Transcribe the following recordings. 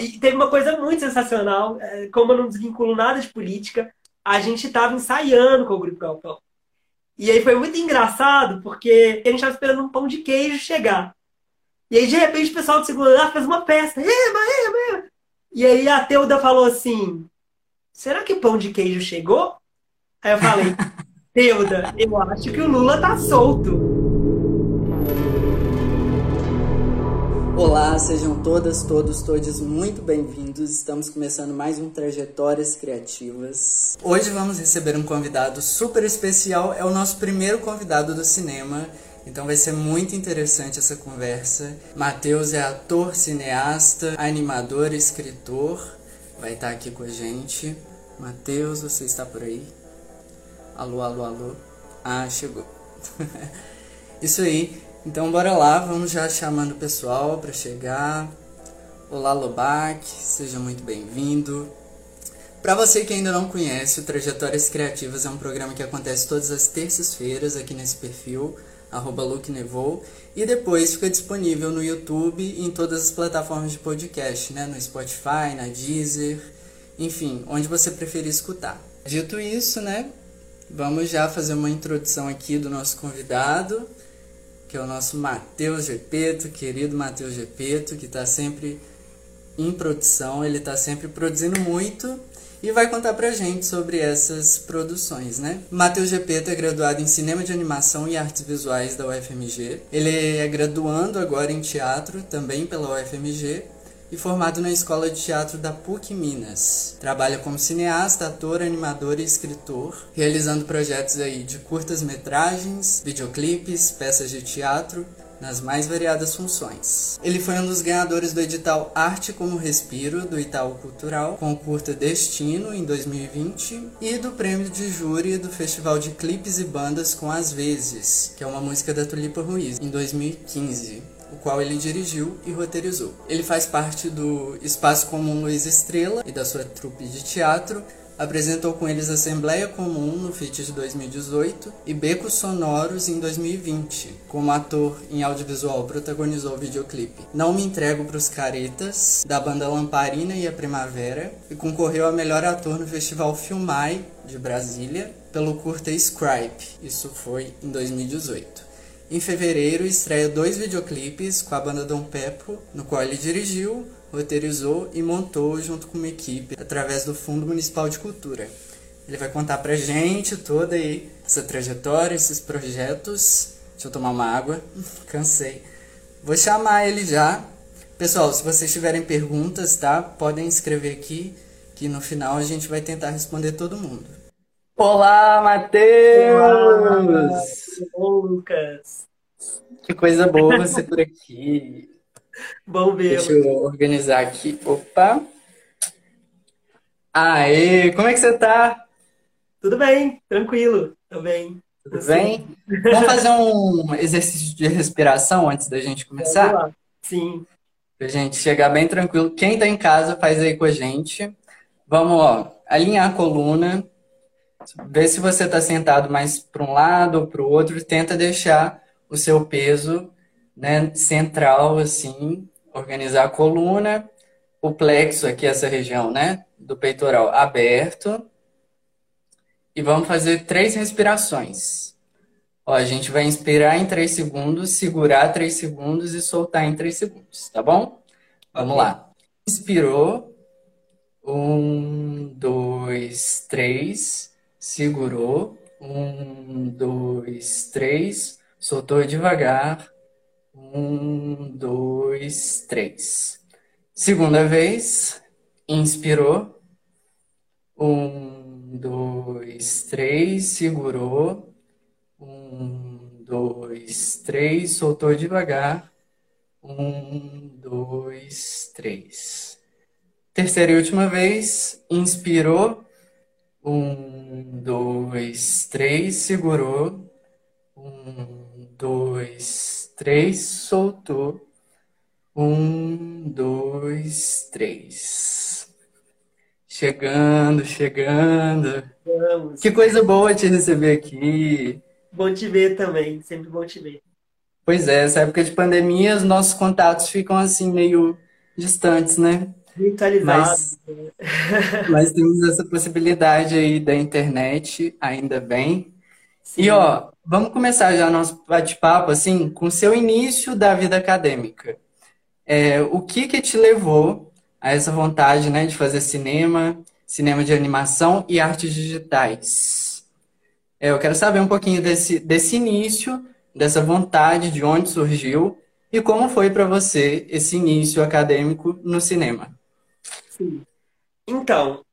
e teve uma coisa muito sensacional. Como eu não desvinculo nada de política, a gente estava ensaiando com o Grupo Galpão. E aí foi muito engraçado, porque a gente estava esperando um pão de queijo chegar. E aí, de repente, o pessoal do segundo andar fez uma festa. Eba, eba, eba. E aí a Teuda falou assim: será que o pão de queijo chegou? Aí eu falei: Teuda, eu acho que o Lula tá solto. Olá, sejam todas, todos, todes muito bem-vindos. Estamos começando mais um Trajetórias Criativas. Hoje vamos receber um convidado super especial, é o nosso primeiro convidado do cinema, então vai ser muito interessante essa conversa. Matheus é ator, cineasta, animador, escritor, vai estar aqui com a gente. Matheus, você está por aí? Alô, alô, alô. Ah, chegou. Isso aí. Então bora lá, vamos já chamando o pessoal para chegar. Olá, Lobac, seja muito bem-vindo. Para você que ainda não conhece, o Trajetórias Criativas é um programa que acontece todas as terças-feiras aqui nesse perfil, @LukeNevou, e depois fica disponível no YouTube e em todas as plataformas de podcast, né? No Spotify, na Deezer, enfim, onde você preferir escutar. Dito isso, né? Vamos já fazer uma introdução aqui do nosso convidado, que é o nosso Matheus Gepeto, querido Matheus Gepeto, que está sempre em produção, ele está sempre produzindo muito e vai contar pra gente sobre essas produções, né? Matheus Gepeto é graduado em Cinema de Animação e Artes Visuais da UFMG. Ele é graduando agora em Teatro, também pela UFMG, e formado na Escola de Teatro da PUC Minas. Trabalha como cineasta, ator, animador e escritor, realizando projetos aí de curtas-metragens, videoclipes, peças de teatro, nas mais variadas funções. Ele foi um dos ganhadores do edital Arte como Respiro, do Itaú Cultural, com o curta Destino, em 2020, e do prêmio de júri do Festival de Clipes e Bandas com Às Vezes, que é uma música da Tulipa Ruiz, em 2015. O qual ele dirigiu e roteirizou. Ele faz parte do Espaço Comum Luiz Estrela e da sua trupe de teatro. Apresentou com eles Assembleia Comum no FIT de 2018 e Becos Sonoros em 2020. Como ator em audiovisual, protagonizou o videoclipe Não Me Entrego Pros Caretas, da banda Lamparina e a Primavera, e concorreu a melhor ator no Festival Filmai de Brasília pelo curta Scribe. Isso foi em 2018. Em fevereiro, estreia 2 videoclipes com a banda Dom Peppo, no qual ele dirigiu, roteirizou e montou junto com uma equipe através do Fundo Municipal de Cultura. Ele vai contar pra gente toda aí essa trajetória, esses projetos. Deixa eu tomar uma água, cansei. Vou chamar ele já. Pessoal, se vocês tiverem perguntas, tá? Podem escrever aqui, que no final a gente vai tentar responder todo mundo. Olá, Olá, Matheus! tudo bom, Lucas? Que coisa boa você por aqui. Bom Deixa vê-lo. eu organizar aqui. Opa! Aê! Como é que você tá? Tudo bem, tranquilo, tô bem. Tudo Você? bem? Vamos fazer um exercício de respiração antes da gente Vamos começar? lá. Sim, Pra gente chegar bem tranquilo. Quem tá em casa faz aí com a gente. Vamos, ó, alinhar a coluna. Ver se você tá sentado mais para um lado ou para o outro. Tenta deixar o seu peso, né, central, assim. Organizar a coluna. O plexo aqui, essa região, né, do peitoral aberto. E vamos fazer 3 respirações. Ó, a gente vai inspirar em 3 segundos, segurar 3 segundos e soltar em 3 segundos, tá bom? Vamos ok. lá. Inspirou. 1, 2, 3. Segurou. 1, 2, 3. Soltou devagar. 1, 2, 3. Segunda vez. Inspirou. 1, 2, 3. Segurou. 1, 2, 3. Soltou devagar. 1, 2, 3. Terceira e última vez. Inspirou. 1, 2, 3. Segurou. 1, 2, 3. Soltou. 1, 2, 3. Chegando, chegando. Vamos. Que coisa boa te receber aqui. Bom te ver também, sempre bom te ver. Pois é, essa época de pandemia, os nossos contatos ficam assim meio distantes, né? Virtualizado. Mas, mas temos essa possibilidade aí da internet, ainda bem. E Sim. ó, vamos começar já nosso bate-papo assim, com o seu início da vida acadêmica. O que que te levou a essa vontade, né, de fazer cinema, cinema de animação e artes digitais? Eu quero saber um pouquinho desse início, dessa vontade, de onde surgiu e como foi para você esse início acadêmico no cinema. Sim. Então,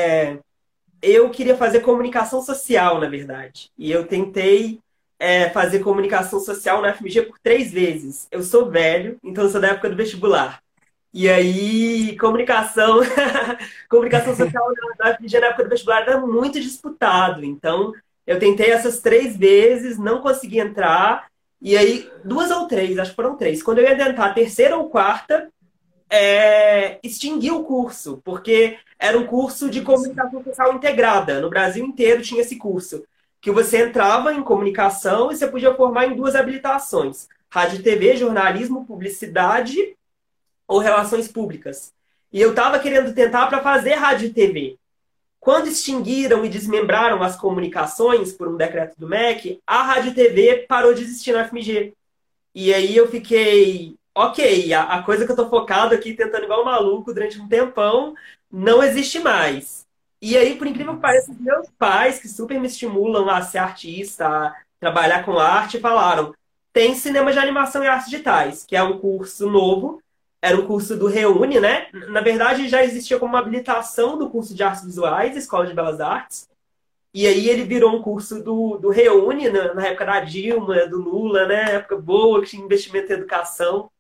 eu queria fazer comunicação social, na verdade. E eu tentei fazer comunicação social na FMG por 3 vezes. Eu sou velho, então eu sou da época do vestibular. E aí, comunicação, comunicação social na FMG na época do vestibular era muito disputado. Então, eu tentei essas 3 vezes, não consegui entrar. E aí, 2 ou 3, acho que foram 3. Quando eu ia tentar a terceira ou quarta, extinguiu o curso, porque era um curso de comunicação social integrada. No Brasil inteiro tinha esse curso, que você entrava em comunicação e você podia formar em 2 habilitações: rádio e TV, jornalismo, publicidade ou relações públicas. E eu estava querendo tentar para fazer rádio e TV. Quando extinguiram e desmembraram as comunicações por um decreto do MEC, a rádio e TV parou de existir na FMG. E aí eu fiquei, ok, a coisa que eu tô focado aqui, tentando igual um maluco durante um tempão, não existe mais. E aí, por incrível que pareça, os meus pais, que super me estimulam a ser artista, a trabalhar com arte, falaram: tem cinema de animação e artes digitais, que é um curso novo, era um curso do Reúne, né? Na verdade, já existia como uma habilitação do curso de artes visuais, Escola de Belas Artes, e aí ele virou um curso do Reúne, na época da Dilma, do Lula, né? Época boa, que tinha investimento em educação.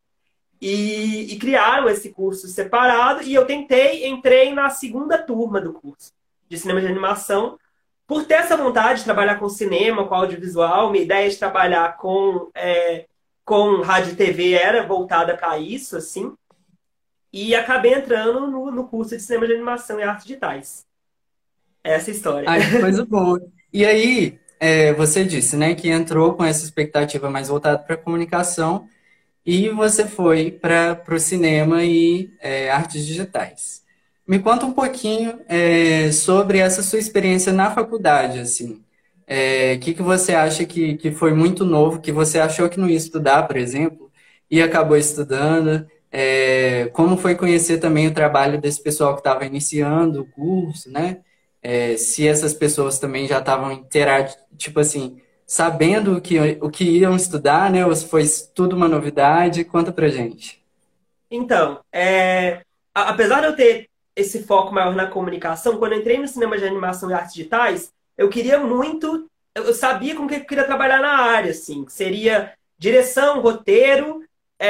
E criaram esse curso separado. E eu entrei na segunda turma do curso de cinema de animação, por ter essa vontade de trabalhar com cinema, com audiovisual. Minha ideia de trabalhar com rádio e TV era voltada para isso, assim. E acabei entrando no curso de cinema de animação e artes digitais. Essa é a história. Ai, que coisa boa. E aí, você disse, né, que entrou com essa expectativa mais voltada para comunicação e você foi para o cinema e artes digitais. Me conta um pouquinho sobre essa sua experiência na faculdade, assim. Que você acha que foi muito novo, que você achou que não ia estudar, por exemplo, e acabou estudando? Como foi conhecer também o trabalho desse pessoal que estava iniciando o curso, né? Se essas pessoas também já estavam tipo assim, sabendo o que iam estudar, né? Ou se foi tudo uma novidade? Conta pra gente. Então, apesar de eu ter esse foco maior na comunicação, quando eu entrei no cinema de animação e artes digitais, eu queria muito, eu sabia com o que eu queria trabalhar na área, assim, que seria direção, roteiro,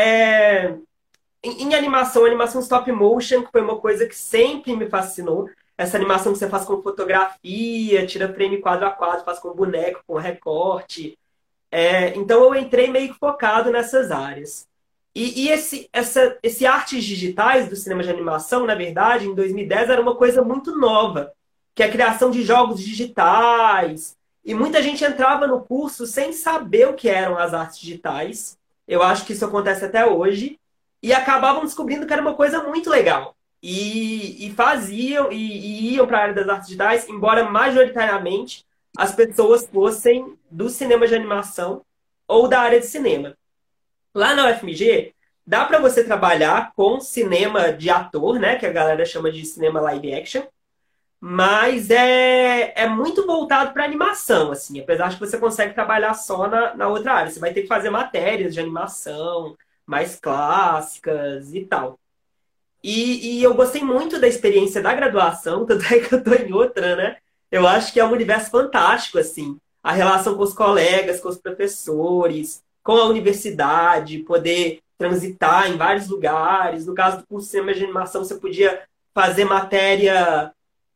em animação, animação stop motion, que foi uma coisa que sempre me fascinou. Essa animação que você faz com fotografia, tira frame quadro a quadro, faz com boneco, com recorte. Então eu entrei meio que focado nessas áreas. E esse artes digitais do cinema de animação, na verdade, em 2010 era uma coisa muito nova, que é a criação de jogos digitais. E muita gente entrava no curso sem saber o que eram as artes digitais. Eu acho que isso acontece até hoje. E acabavam descobrindo que era uma coisa muito legal. E faziam, e iam para a área das artes digitais, embora majoritariamente as pessoas fossem do cinema de animação ou da área de cinema. Lá na UFMG, dá para você trabalhar com cinema de ator, né? Que a galera chama de cinema live action. Mas é muito voltado para animação, assim. Apesar de que você consegue trabalhar só na outra área. Você vai ter que fazer matérias de animação mais clássicas e tal. E eu gostei muito da experiência da graduação, tanto é que eu tô em outra, né? Eu acho que é um universo fantástico, assim. A relação com os colegas, com os professores, com a universidade, poder transitar em vários lugares. No caso do curso de cinema de animação, você podia fazer matéria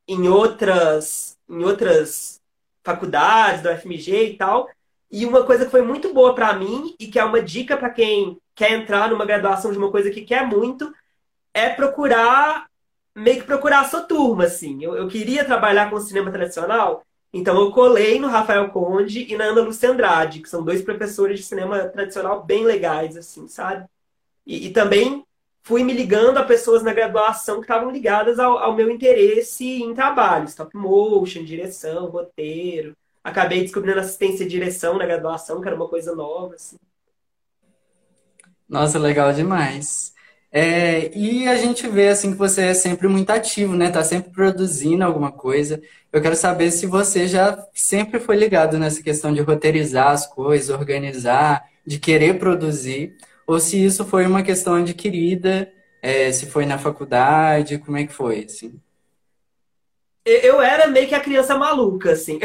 em outras faculdades da UFMG e tal. E uma coisa que foi muito boa para mim e que é uma dica para quem quer entrar numa graduação de uma coisa que quer muito é procurar, meio que procurar a sua turma, assim. Eu queria trabalhar com cinema tradicional, então eu colei no Rafael Conde e na Ana Lúcia Andrade, que são dois professores de cinema tradicional bem legais, assim, sabe? E também fui me ligando a pessoas na graduação que estavam ligadas ao meu interesse em trabalho, stop motion, direção, roteiro. Acabei descobrindo assistência de direção na graduação, que era uma coisa nova, assim. Nossa, legal demais. E a gente vê assim que você é sempre muito ativo, né? Tá sempre produzindo alguma coisa. Eu quero saber se você já sempre foi ligado nessa questão de roteirizar as coisas, organizar, de querer produzir, ou se isso foi uma questão adquirida, se foi na faculdade, como é que foi, assim? Eu era meio que a criança maluca, assim.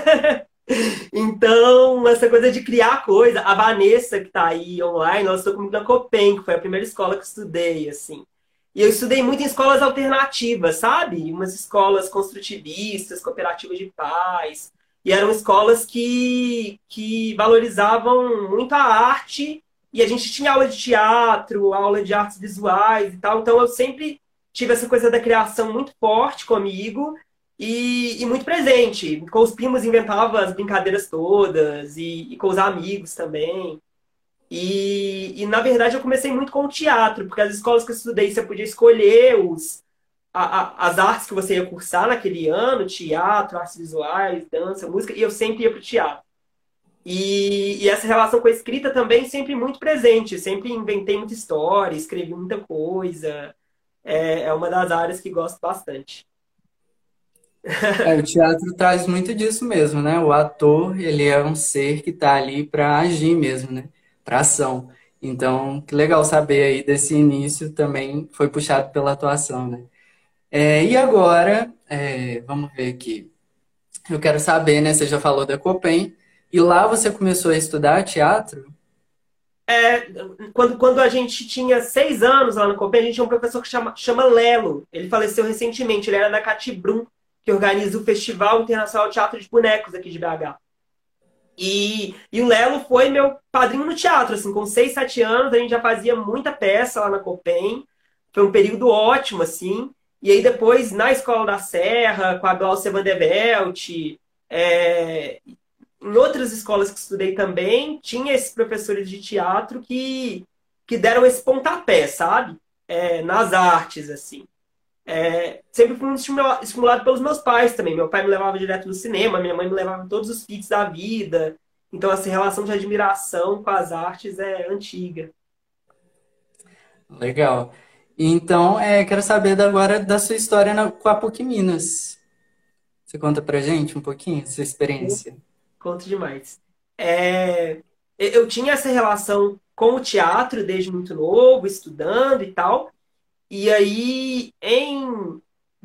Então, essa coisa de criar coisa, a Vanessa, que tá aí online, ela estudou comigo na Copen, que foi a primeira escola que eu estudei, assim. E eu estudei muito em escolas alternativas, sabe? Umas escolas construtivistas, cooperativas de paz. E eram escolas que valorizavam muito a arte. E a gente tinha aula de teatro, aula de artes visuais e tal. Então eu sempre tive essa coisa da criação muito forte comigo e muito presente. Com os primos inventava as brincadeiras todas e com os amigos também. Na verdade, eu comecei muito com o teatro, porque as escolas que eu estudei, você podia escolher as artes que você ia cursar naquele ano, teatro, artes visuais, dança, música, e eu sempre ia para o teatro. E essa relação com a escrita também sempre muito presente. Sempre inventei muita história, escrevi muita coisa. É uma das áreas que gosto bastante. O teatro traz muito disso mesmo, né? O ator, ele é um ser que está ali para agir mesmo, né? Para ação. Então, que legal saber aí desse início também foi puxado pela atuação, né? E agora, vamos ver aqui. Eu quero saber, né? Você já falou da Copen, e lá você começou a estudar teatro? É, quando a gente tinha 6 anos lá no Copen, a gente tinha um professor que chama Lelo. Ele faleceu recentemente, ele era da Catibrum, que organiza o Festival Internacional de Teatro de Bonecos aqui de BH. E o Lelo foi meu padrinho no teatro, assim, com 6, 7 anos, a gente já fazia muita peça lá na Copen. Foi um período ótimo, assim. E aí depois, na Escola da Serra, com a Glaucia Van der Welt, é, em outras escolas que estudei também, tinha esses professores de teatro que deram esse pontapé, sabe? Nas artes, assim. Sempre fui muito estimulado pelos meus pais também. Meu pai me levava direto no cinema, minha mãe me levava em todos os feats da vida. Então, essa relação de admiração com as artes é antiga. Legal. Então, quero saber agora da sua história com a PUC Minas. Você conta pra gente um pouquinho, sua experiência? Conto demais. Eu tinha essa relação com o teatro desde muito novo, estudando e tal. E aí, em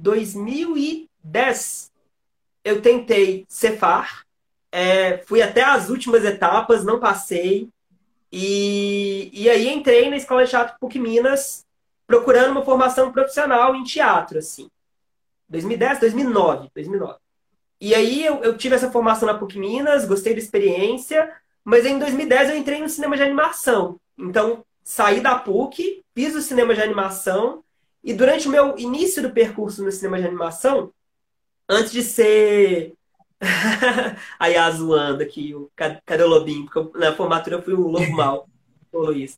2010, eu tentei Cefar, fui até as últimas etapas, não passei. E aí entrei na Escola de Teatro PUC Minas, procurando uma formação profissional em teatro, assim. 2010, 2009, 2009. E aí eu tive essa formação na PUC Minas, gostei da experiência, mas em 2010 eu entrei no cinema de animação. Então, saí da PUC, fiz o cinema de animação, e durante o meu início do percurso no cinema de animação, antes de ser. A Yas zoando aqui, cadê o Lobinho? Porque na formatura eu fui o Lobo Mal, o Luiz.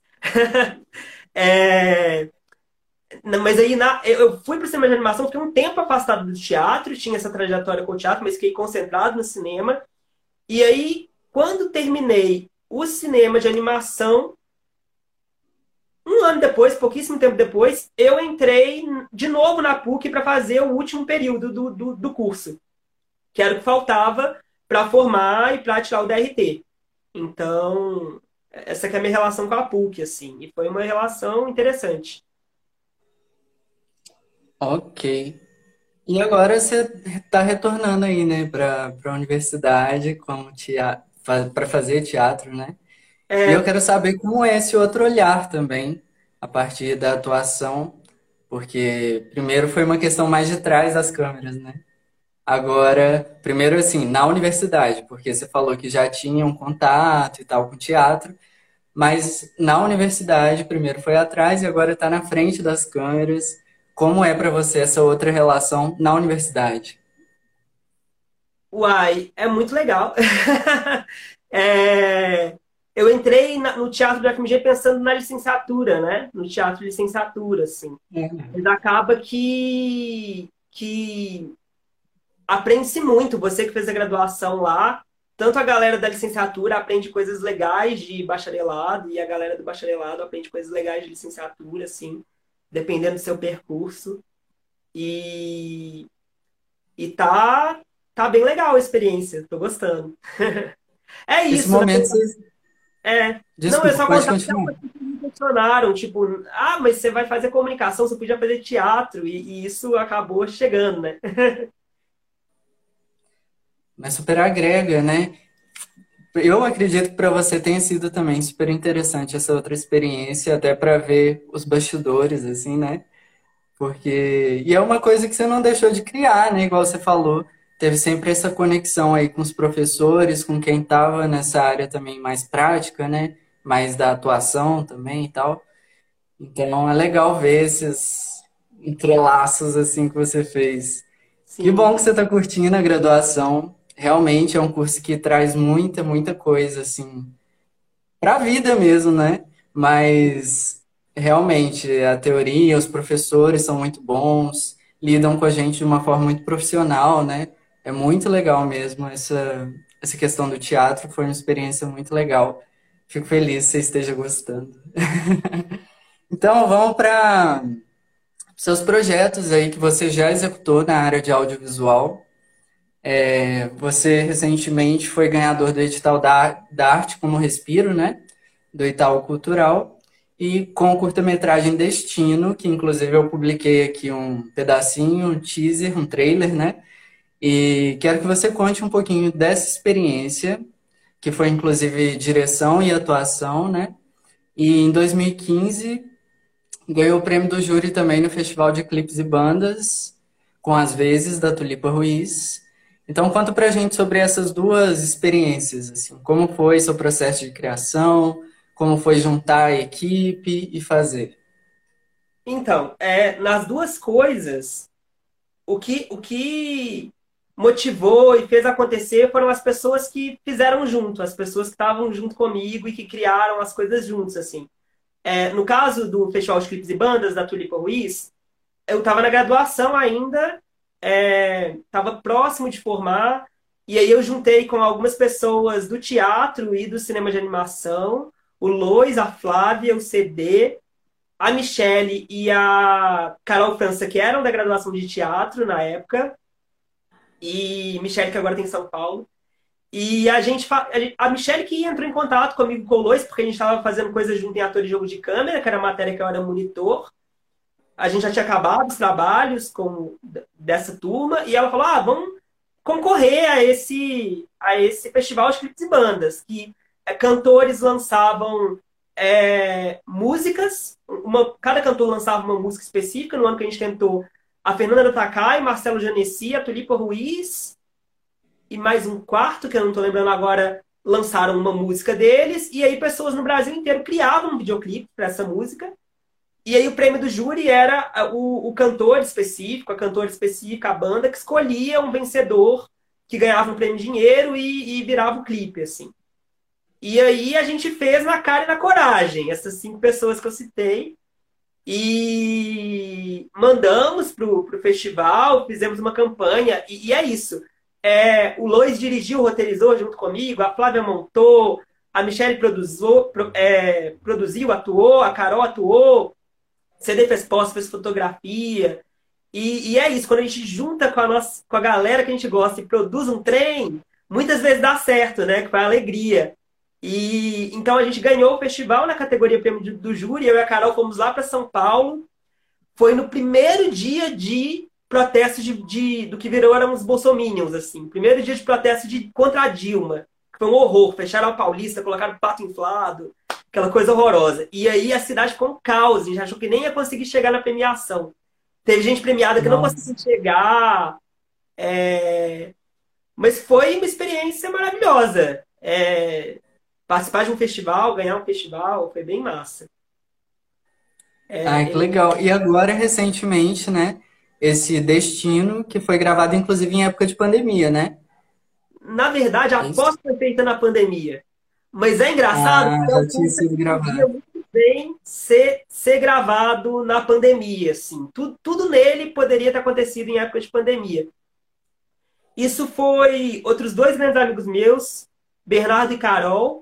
É, não, mas aí eu fui para o cinema de animação, fiquei um tempo afastado do teatro, tinha essa trajetória com o teatro, mas fiquei concentrado no cinema. E aí, quando terminei o cinema de animação, um ano depois, pouquíssimo tempo depois, eu entrei de novo na PUC para fazer o último período do curso, que era o que faltava para formar e para tirar o DRT. Então, essa que é a minha relação com a PUC, assim, e foi uma relação interessante. Ok. E agora você está retornando aí, né, para a universidade como para fazer teatro, né? E eu É, quero saber como é esse outro olhar também, a partir da atuação, porque primeiro foi uma questão mais de trás das câmeras, né? Agora, primeiro assim, na universidade, porque você falou que já tinha um contato e tal com teatro, mas na universidade, primeiro foi atrás e agora está na frente das câmeras. Como é para você essa outra relação na universidade? uai, é muito legal. É, eu entrei no teatro do FMG pensando na licenciatura, né? No teatro de licenciatura, assim. É. Mas acaba que aprende-se muito. Você que fez a graduação lá, tanto a galera da licenciatura aprende coisas legais de bacharelado, e a galera do bacharelado aprende coisas legais de licenciatura, assim, dependendo do seu percurso. E, e tá bem legal a experiência, tô gostando. É Esse isso, né? momento, você... É. Não, eu Desculpa, só pode contava que continuar. algumas pessoas me questionaram, tipo, mas você vai fazer comunicação, você podia fazer teatro, e isso acabou chegando, né? Mas super agrega, né? Eu acredito que para você tenha sido também super interessante essa outra experiência, até para ver os bastidores, assim, né? Porque. E é uma coisa que você não deixou de criar, né? Igual você falou. Teve sempre essa conexão aí com os professores, com quem estava nessa área também mais prática, né? Mais da atuação também e tal. Então é legal ver esses entrelaços assim que você fez. Que Sim. bom que você está curtindo a graduação. Realmente é um curso que traz muita, muita coisa, assim, para a vida mesmo, né? Mas realmente a teoria, os professores são muito bons, lidam com a gente de uma forma muito profissional, né? É muito legal mesmo essa questão do teatro, foi uma experiência muito legal. Fico feliz que você esteja gostando. Então, vamos para seus projetos aí que você já executou na área de audiovisual. Você recentemente foi ganhador do edital da Arte como Respiro, né? Do Itaú Cultural. E com o curta-metragem Destino, que inclusive eu publiquei aqui um pedacinho, um teaser, um trailer, né? E quero que você conte um pouquinho dessa experiência, que foi inclusive direção e atuação, né? E em 2015 ganhou o prêmio do júri também no Festival de Clipes e Bandas, com As Vezes, da Tulipa Ruiz. Então, conta pra gente sobre essas duas experiências, assim, como foi seu processo de criação, como foi juntar a equipe e fazer. Então, nas duas coisas, o que motivou e fez acontecer foram as pessoas que fizeram junto, as pessoas que estavam junto comigo e que criaram as coisas juntos, assim. No caso do Festival de Clipes e Bandas, da Tulipa Ruiz, eu estava na graduação ainda, estava próximo de formar, e aí eu juntei com algumas pessoas do teatro e do cinema de animação, o Lois, a Flávia, o CD, a Michelle e a Carol França, que eram da graduação de teatro na época, e Michelle, que agora tem em São Paulo. E a Michelle que entrou em contato comigo com o Lois, porque a gente estava fazendo coisas junto em ator de jogo de câmera, que era a matéria que eu era monitor. A gente já tinha acabado os trabalhos dessa turma, e ela falou: vamos concorrer a esse festival de clipes e bandas, que cantores lançavam músicas, cada cantor lançava uma música específica. No ano que a gente tentou, a Fernanda Takai, Marcelo Janesi, a Tulipa Ruiz e mais um quarto, que eu não estou lembrando agora, lançaram uma música deles, e aí pessoas no Brasil inteiro criavam um videoclipe para essa música. E aí o prêmio do júri era o cantor específico, a cantora específica, a banda, que escolhia um vencedor que ganhava um prêmio em dinheiro e virava o clipe, assim. E aí a gente fez na cara e na coragem, essas 5 pessoas que eu citei, e mandamos pro festival, fizemos uma campanha, e é isso. O Lois dirigiu, roteirizou junto comigo, a Flávia montou, a Michelle produziu, atuou, a Carol atuou, CD fez pós, fez fotografia. E é isso, quando a gente junta com a galera que a gente gosta e produz um trem, muitas vezes dá certo, né? Que foi a alegria. E então a gente ganhou o festival na categoria prêmio do júri. Eu e a Carol fomos lá para São Paulo. Foi no primeiro dia de protesto do que virou eram os bolsominions, assim. Primeiro dia de protesto contra a Dilma. Que foi um horror. Fecharam a Paulista, colocaram pato inflado, aquela coisa horrorosa. E aí a cidade ficou um caos. A gente achou que nem ia conseguir chegar na premiação. Teve gente premiada que não Nossa. conseguiu chegar. Mas foi uma experiência maravilhosa. Participar de um festival, ganhar um festival, foi bem massa. Ai, que legal. E agora, recentemente, né? Esse Destino, que foi gravado inclusive em época de pandemia, né? Na verdade, a É isso? aposta foi feita na pandemia. Mas é engraçado Ah, porque é já um tinha curta sido que podia gravado. muito bem ser gravado na pandemia, assim. Tudo nele poderia ter acontecido em época de pandemia. Isso foi outros dois grandes amigos meus, Bernardo e Carol.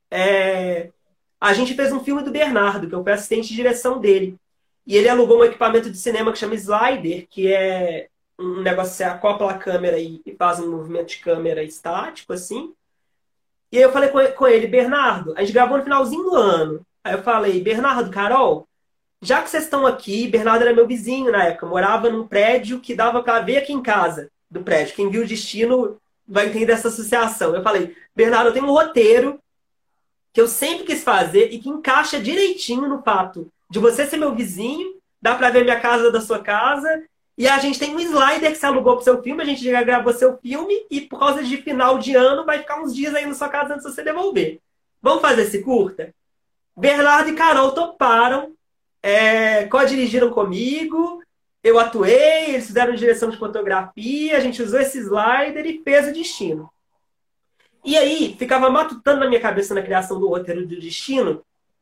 A gente fez um filme do Bernardo, que eu fui assistente de direção dele. E ele alugou um equipamento de cinema que chama Slider, que é um negócio que você acopla a câmera e faz um movimento de câmera estático, assim. E aí eu falei com ele, Bernardo, a gente gravou no finalzinho do ano. Aí eu falei, Bernardo, Carol, já que vocês estão aqui, Bernardo era meu vizinho na época, morava num prédio que dava para ver aqui em casa do prédio. Quem viu o destino vai entender essa associação. Eu falei, Bernardo, eu tenho um roteiro que eu sempre quis fazer e que encaixa direitinho no fato de você ser meu vizinho, dá para ver minha casa da sua casa, e a gente tem um slider que você alugou pro seu filme, a gente já gravou seu filme, e por causa de final de ano vai ficar uns dias aí na sua casa antes de você devolver. Vamos fazer esse curta? Bernardo e Carol toparam, co-dirigiram comigo, eu atuei, eles fizeram direção de fotografia, a gente usou esse slider e fez o destino. E aí, ficava matutando na minha cabeça na criação do roteiro do destino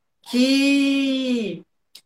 que,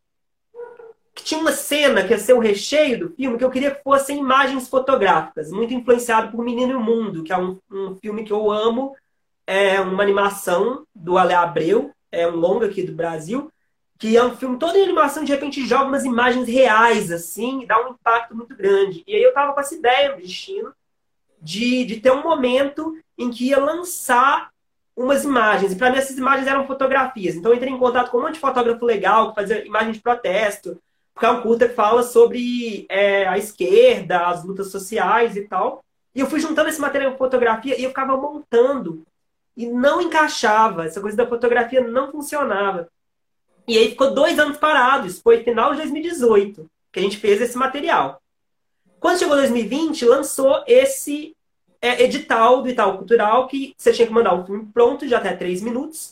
que tinha uma cena que ia ser o recheio do filme que eu queria que fossem imagens fotográficas, muito influenciado por Menino e o Mundo, que é um filme que eu amo, é uma animação do Ale Abreu, é um longa aqui do Brasil, que é um filme todo em animação, de repente joga umas imagens reais, assim, e dá um impacto muito grande. E aí eu tava com essa ideia no destino de ter um momento em que ia lançar umas imagens. E para mim essas imagens eram fotografias. Então eu entrei em contato com um monte de fotógrafo legal que fazia imagem de protesto, porque é um curta que fala sobre a esquerda, as lutas sociais e tal. E eu fui juntando esse material de fotografia e eu ficava montando. E não encaixava. Essa coisa da fotografia não funcionava. E aí ficou 2 anos parado. Isso foi final de 2018 que a gente fez esse material. Quando chegou 2020, lançou esse edital do Itaú Cultural, que você tinha que mandar um filme pronto de até 3 minutos.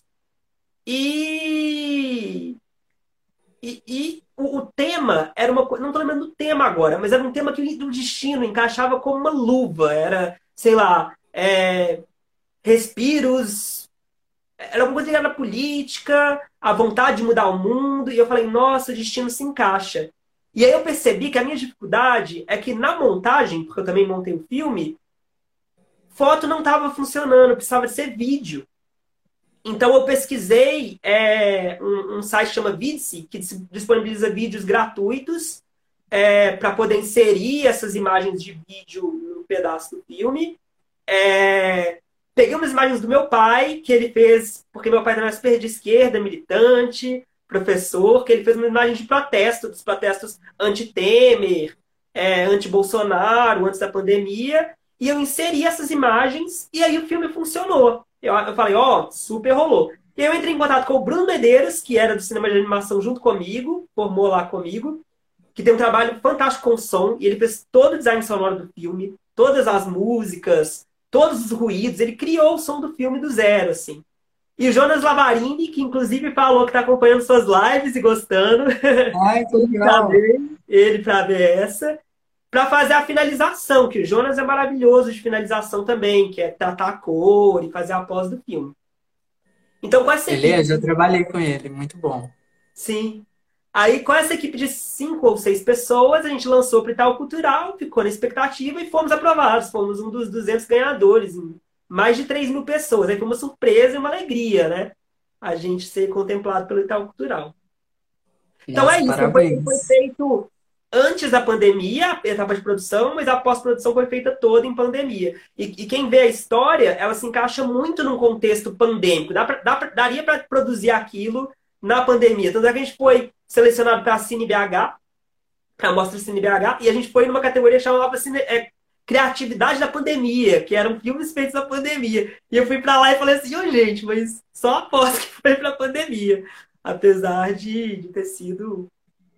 E, e o tema era uma coisa. Não estou lembrando do tema agora, mas era um tema que o destino encaixava como uma luva. Era, sei lá, respiros. Era uma coisa ligada à política, a vontade de mudar o mundo. E eu falei, nossa, o destino se encaixa. E aí eu percebi que a minha dificuldade é que na montagem, porque eu também montei o filme, foto não estava funcionando, precisava de ser vídeo. Então eu pesquisei um site que chama Vidse, que disponibiliza vídeos gratuitos para poder inserir essas imagens de vídeo no pedaço do filme. Peguei umas imagens do meu pai, que ele fez, porque meu pai também é super de esquerda, militante, professor, que ele fez uma imagem de protesto, dos protestos anti-Temer, anti-Bolsonaro, antes da pandemia, e eu inseri essas imagens, e aí o filme funcionou. Eu falei, ó, super rolou. E aí eu entrei em contato com o Bruno Medeiros, que era do cinema de animação junto comigo, formou lá comigo, que tem um trabalho fantástico com o som, e ele fez todo o design sonoro do filme, todas as músicas, todos os ruídos, ele criou o som do filme do zero, assim. E o Jonas Lavarini, que inclusive falou que está acompanhando suas lives e gostando, Ai, que legal. ele para ver essa, para fazer a finalização, que o Jonas é maravilhoso de finalização também, que é tratar a cor e fazer a pós do filme. Então, com essa Ele é, equipe, já trabalhei com ele, muito bom. sim. Aí, com essa equipe de 5 ou 6 pessoas, a gente lançou para o Itaú Cultural, ficou na expectativa e fomos aprovados. Fomos um dos 200 ganhadores, em mais de 3.000 pessoas. Aí foi uma surpresa e uma alegria, né? A gente ser contemplado pelo Itaú Cultural. Então é Nossa, isso, foi parabéns. feito antes da pandemia, a etapa de produção, mas a pós-produção foi feita toda em pandemia. E quem vê a história, ela se encaixa muito num contexto pandêmico. Daria para produzir aquilo na pandemia. Tanto é que a gente foi selecionado para a CineBH, para a Mostra CineBH, e a gente foi numa categoria chamada Criatividade da Pandemia, que eram filmes feitos na pandemia. E eu fui para lá e falei assim, ô gente, mas só após que foi para a pandemia. Apesar de ter sido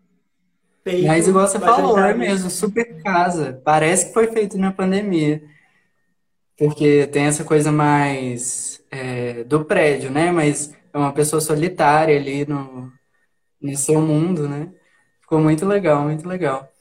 Mas feito igual você falou, é majoritariamente. mesmo, super casa. Parece que foi feito na pandemia. Porque tem essa coisa mais do prédio, né? Mas é uma pessoa solitária ali no seu mundo, né? Ficou muito legal, muito legal.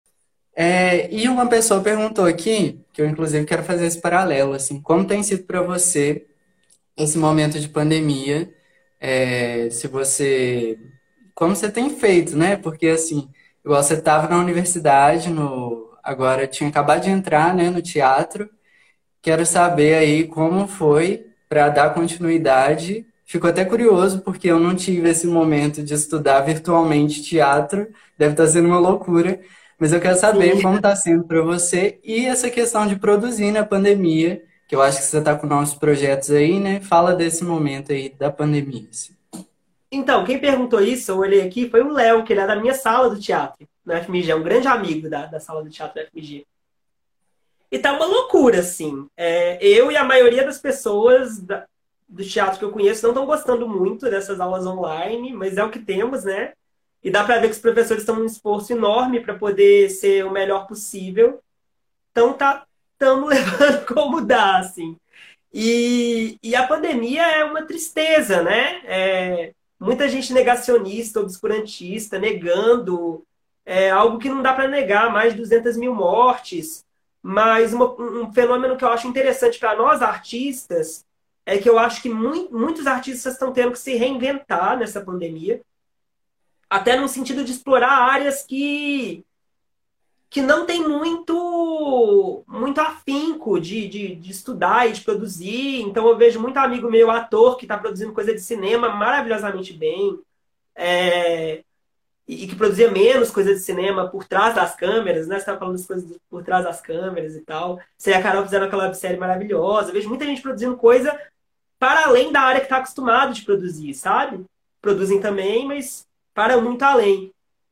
E uma pessoa perguntou aqui, que eu inclusive quero fazer esse paralelo, assim, como tem sido para você esse momento de pandemia, se você, como você tem feito, né? Porque assim, igual você estava na universidade, agora tinha acabado de entrar, né, no teatro. Quero saber aí como foi para dar continuidade. Fico até curioso porque eu não tive esse momento de estudar virtualmente teatro. Deve estar sendo uma loucura. Mas eu quero saber Sim. como está sendo para você e essa questão de produzir na pandemia, que eu acho que você está com novos projetos aí, né? Fala desse momento aí da pandemia, assim. Então, quem perguntou isso, eu olhei aqui, foi o Léo, que ele é da minha sala do teatro, na FMG, é um grande amigo da sala do teatro da FMG. E tá uma loucura, assim. Eu e a maioria das pessoas do teatro que eu conheço não estão gostando muito dessas aulas online, mas é o que temos, né? E dá para ver que os professores estão num esforço enorme para poder ser o melhor possível. Então estamos levando como dá, assim. E a pandemia é uma tristeza, né? Muita gente negacionista, obscurantista, negando algo que não dá para negar, mais de 200 mil mortes. Mas um fenômeno que eu acho interessante para nós artistas é que eu acho que muitos artistas estão tendo que se reinventar nessa pandemia, até no sentido de explorar áreas que não tem muito afinco de estudar e de produzir. Então eu vejo muito amigo meu, ator, que está produzindo coisa de cinema maravilhosamente bem, é, e que produzia menos coisa de cinema por trás das câmeras, né? Você estava falando das coisas por trás das câmeras e tal. Você e a Carol fizeram aquela websérie maravilhosa. Eu vejo muita gente produzindo coisa para além da área que está acostumado de produzir, sabe? Produzem também, mas para muito além.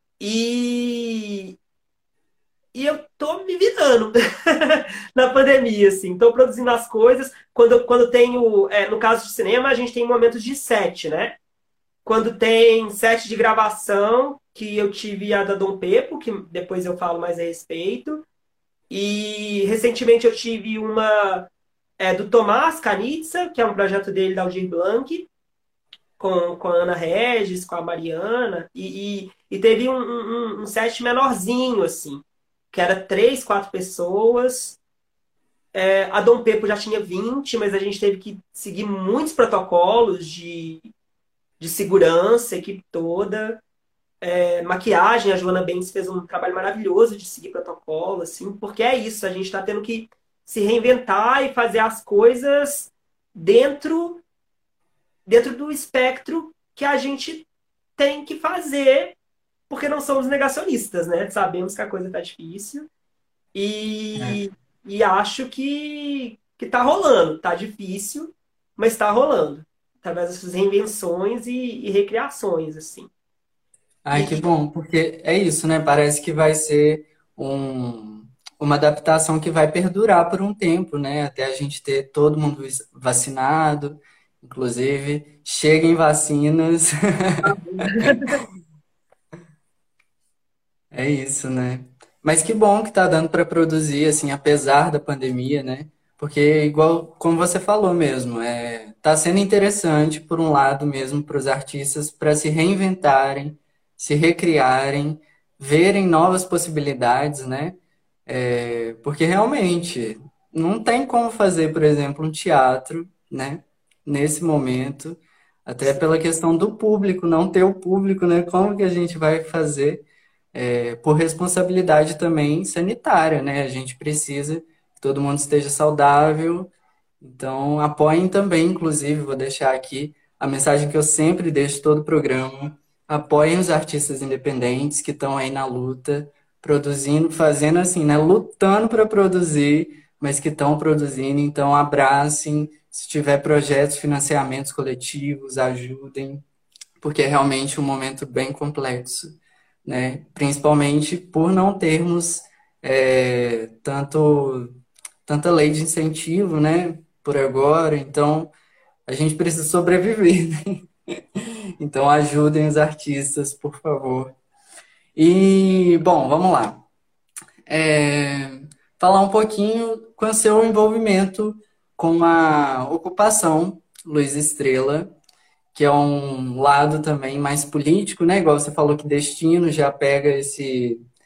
E, e eu tô me virando na pandemia, assim. Tô produzindo as coisas. Quando tenho, no caso de cinema, a gente tem momentos de set, né? Quando tem set de gravação, que eu tive a da Dom Pepo, que depois eu falo mais a respeito. E recentemente eu tive uma do Tomás Canitza, que é um projeto dele da Aldir Blanc, com a Ana Regis, com a Mariana. E teve um set menorzinho, assim, que era 3, 4 pessoas. A Dom Pepo já tinha 20, mas a gente teve que seguir muitos protocolos de segurança, a equipe toda. Maquiagem, a Joana Benz fez um trabalho maravilhoso de seguir protocolo, assim, porque é isso, a gente está tendo que se reinventar e fazer as coisas dentro, dentro do espectro que a gente tem que fazer, porque não somos negacionistas, né? Sabemos que a coisa está difícil É. e, e acho que tá rolando. Tá difícil, mas tá rolando. Através dessas reinvenções e recriações, assim. Ai, que E, bom, porque é isso, né? Parece que vai ser uma adaptação que vai perdurar por um tempo, né? Até a gente ter todo mundo vacinado, inclusive, cheguem vacinas. É isso, né? Mas que bom que tá dando para produzir, assim, apesar da pandemia, né? Porque, igual como você falou mesmo, tá sendo interessante, por um lado mesmo, para os artistas para se reinventarem, se recriarem, verem novas possibilidades, né? Porque realmente não tem como fazer, por exemplo, um teatro, né? Nesse momento, até pela questão do público, não ter o público, né? Como que a gente vai fazer? Por responsabilidade também sanitária, né? A gente precisa que todo mundo esteja saudável. Então, apoiem também, inclusive, vou deixar aqui a mensagem que eu sempre deixo todo o programa. Apoiem os artistas independentes que estão aí na luta, produzindo, fazendo assim, né? Lutando para produzir, mas que estão produzindo. Então, abracem. Se tiver projetos, financiamentos coletivos, ajudem, porque é realmente um momento bem complexo, né? Principalmente por não termos tanta lei de incentivo, né? Por agora, então a gente precisa sobreviver, né? Então ajudem os artistas, por favor. E, bom, vamos lá. Falar um pouquinho com o seu envolvimento com a ocupação Luiz Estrela, que é um lado também mais político, né? Igual você falou que Destino já pega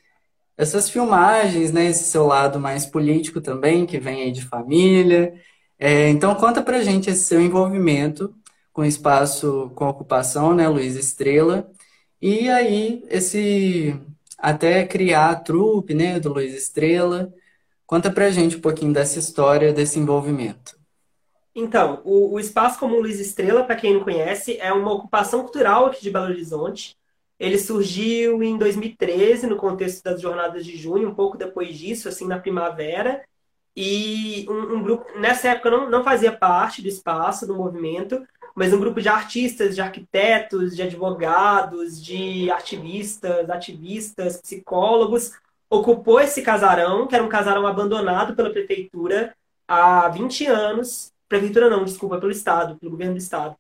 essas filmagens, né? Esse seu lado mais político também, que vem aí de família. Então conta pra gente esse seu envolvimento com o espaço, com a ocupação, né, Luiz Estrela, e aí esse até criar a trupe, né, do Luiz Estrela. Conta pra gente um pouquinho dessa história, desse envolvimento. Então, o Espaço Comum Luiz Estrela, para quem não conhece, é uma ocupação cultural aqui de Belo Horizonte. Ele surgiu em 2013, no contexto das Jornadas de Junho, um pouco depois disso, assim, na primavera. E um grupo, nessa época, eu não fazia parte do espaço, do movimento, mas um grupo de artistas, de arquitetos, de advogados, de ativistas, psicólogos, ocupou esse casarão, que era um casarão abandonado pela prefeitura há 20 anos. Prefeitura não, desculpa, pelo Estado, pelo governo do Estado.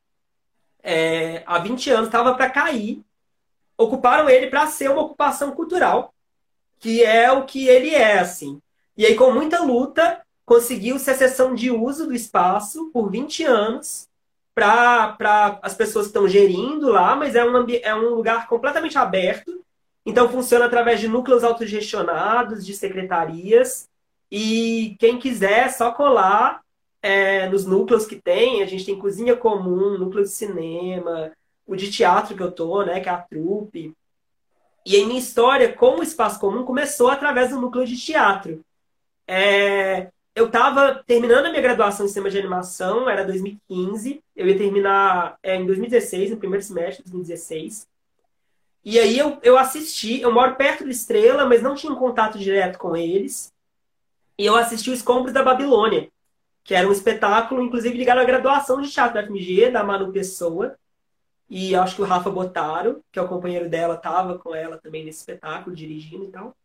Há 20 anos estava para cair, ocuparam ele para ser uma ocupação cultural, que é o que ele é, assim. E aí, com muita luta, conseguiu-se a cessão de uso do espaço por 20 anos para as pessoas que estão gerindo lá, mas é um lugar completamente aberto. Então, funciona através de núcleos autogestionados, de secretarias. E quem quiser, é só colar nos núcleos que tem. A gente tem cozinha comum, núcleo de cinema, o de teatro que eu tô, né, que é a trupe. E a minha história com o Espaço Comum começou através do núcleo de teatro. Eu estava terminando a minha graduação em cinema de animação, era 2015. Eu ia terminar em 2016, no primeiro semestre de 2016. E aí eu assisti, eu moro perto do Estrela, mas não tinha um contato direto com eles. E eu assisti o Escombros da Babilônia, que era um espetáculo, inclusive ligado à graduação de teatro da FMG, da Manu Pessoa. E acho que o Rafa Botaro, que é o companheiro dela, estava com ela também nesse espetáculo, dirigindo e tal.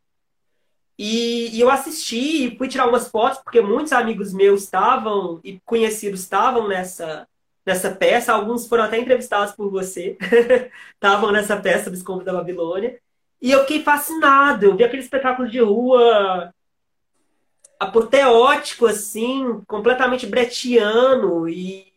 E eu assisti e fui tirar umas fotos, porque muitos amigos meus estavam e conhecidos estavam nessa peça. Alguns foram até entrevistados por você. Estavam nessa peça do Escombro da Babilônia. E eu fiquei fascinado. Eu vi aquele espetáculo de rua apoteótico, assim, completamente brechtiano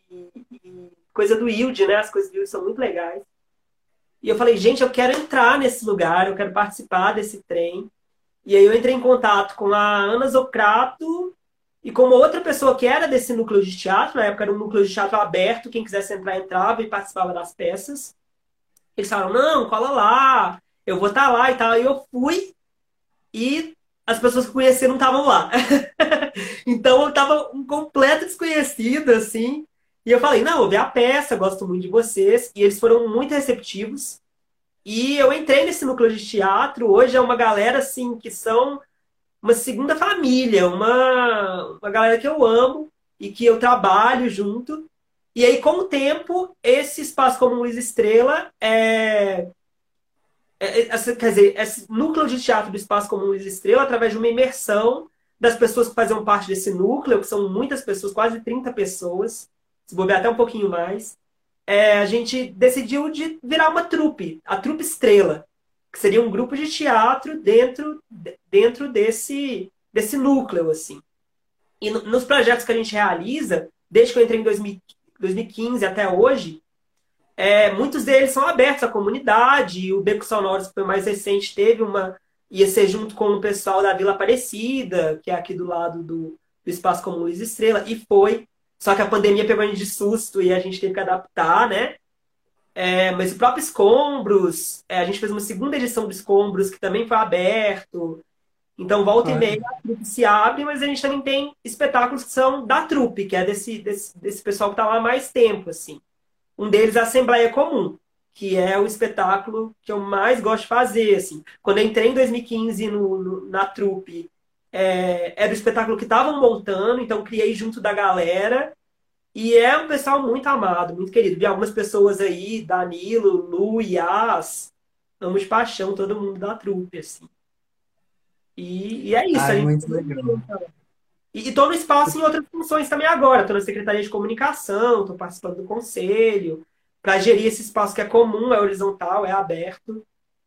e coisa do Wilde, né? As coisas do Wilde são muito legais. E eu falei, gente, eu quero entrar nesse lugar, eu quero participar desse trem. E aí eu entrei em contato com a Ana Zocrato e com uma outra pessoa que era desse núcleo de teatro. Na época era um núcleo de teatro aberto, quem quisesse entrar, entrava e participava das peças. Eles falaram, não, cola lá, eu vou estar lá e tal. Aí eu fui e as pessoas que conheciam não estavam lá. Então eu estava um completo desconhecido, assim. E eu falei, não, eu vou ver a peça, gosto muito de vocês. E eles foram muito receptivos. E eu entrei nesse núcleo de teatro. Hoje é uma galera, assim, que são uma segunda família, uma galera que eu amo e que eu trabalho junto. E aí, com o tempo, esse Espaço Comum Luiz Estrela quer dizer, esse núcleo de teatro do Espaço Comum Luiz Estrela, através de uma imersão das pessoas que faziam parte desse núcleo, que são muitas pessoas, quase 30 pessoas, se bobear até um pouquinho mais, a gente decidiu de virar uma trupe, a Trupe Estrela, que seria um grupo de teatro dentro desse núcleo, assim. E nos projetos que a gente realiza, desde que eu entrei em 2015 até hoje, muitos deles são abertos à comunidade. O Beco Sonoros, que foi mais recente, ia ser junto com o pessoal da Vila Aparecida, que é aqui do lado do Espaço Comum Luiz Estrela, e foi. Só que a pandemia pegou a gente de susto e a gente teve que adaptar, né? Mas o próprio Escombros, a gente fez uma segunda edição do Escombros, que também foi aberto. Então, volta e meia, a trupe se abre, mas a gente também tem espetáculos que são da trupe, que é desse pessoal que está lá há mais tempo, assim. Um deles é a Assembleia Comum, que é o espetáculo que eu mais gosto de fazer, assim. Quando eu entrei em 2015 na trupe, era o espetáculo que estavam montando, então criei junto da galera. E é um pessoal muito amado, muito querido. Vi algumas pessoas aí, Danilo, Lu, Yas, amo de paixão todo mundo da trupe, assim. E é isso, a Ai, gente. muito legal. E estou no espaço em outras funções também agora. Estou na Secretaria de Comunicação, estou participando do conselho, para gerir esse espaço que é comum, é horizontal, é aberto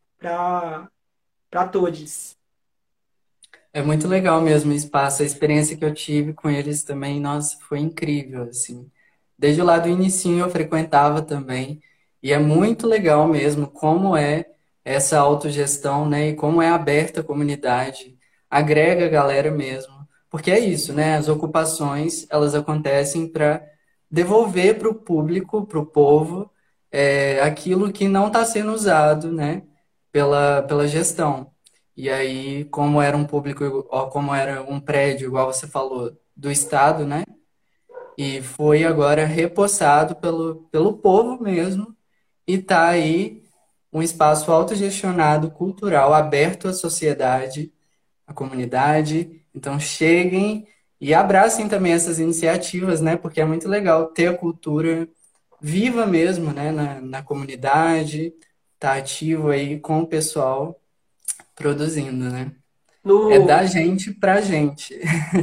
para todos. É muito legal mesmo o espaço. A experiência que eu tive com eles também, nossa, foi incrível, assim. Desde lá do inicinho eu frequentava também. E é muito legal mesmo como é essa autogestão, né? E como é aberta a comunidade. Agrega a galera mesmo. Porque é isso, né? As ocupações, elas acontecem para devolver para o público, para o povo, aquilo que não está sendo usado, né? Pela gestão. E aí, como era um público, ó, como era um prédio, igual você falou, do Estado, né? E foi agora repossado pelo povo mesmo, e tá aí um espaço autogestionado, cultural, aberto à sociedade, à comunidade. Então cheguem e abracem também essas iniciativas, né? Porque é muito legal ter a cultura viva mesmo, né? Na comunidade, tá ativo aí com o pessoal produzindo, né? É No, da gente pra gente.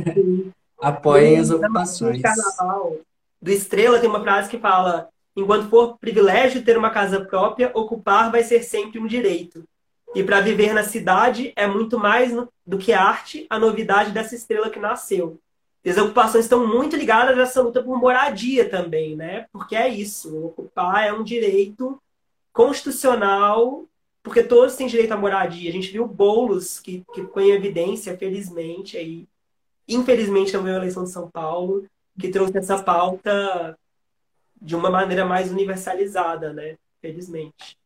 Apoiem as na marchinha de ocupações. carnaval do Estrela tem uma frase que fala: enquanto for privilégio ter uma casa própria, ocupar vai ser sempre um direito. E para viver na cidade é muito mais do que arte, a novidade dessa estrela que nasceu. E as ocupações estão muito ligadas a essa luta por moradia também, né? Porque é isso, ocupar é um direito constitucional, porque todos têm direito à moradia. A gente viu bolos que ficou em evidência, felizmente, aí, infelizmente também a eleição de São Paulo, que trouxe essa pauta de uma maneira mais universalizada, né? Felizmente.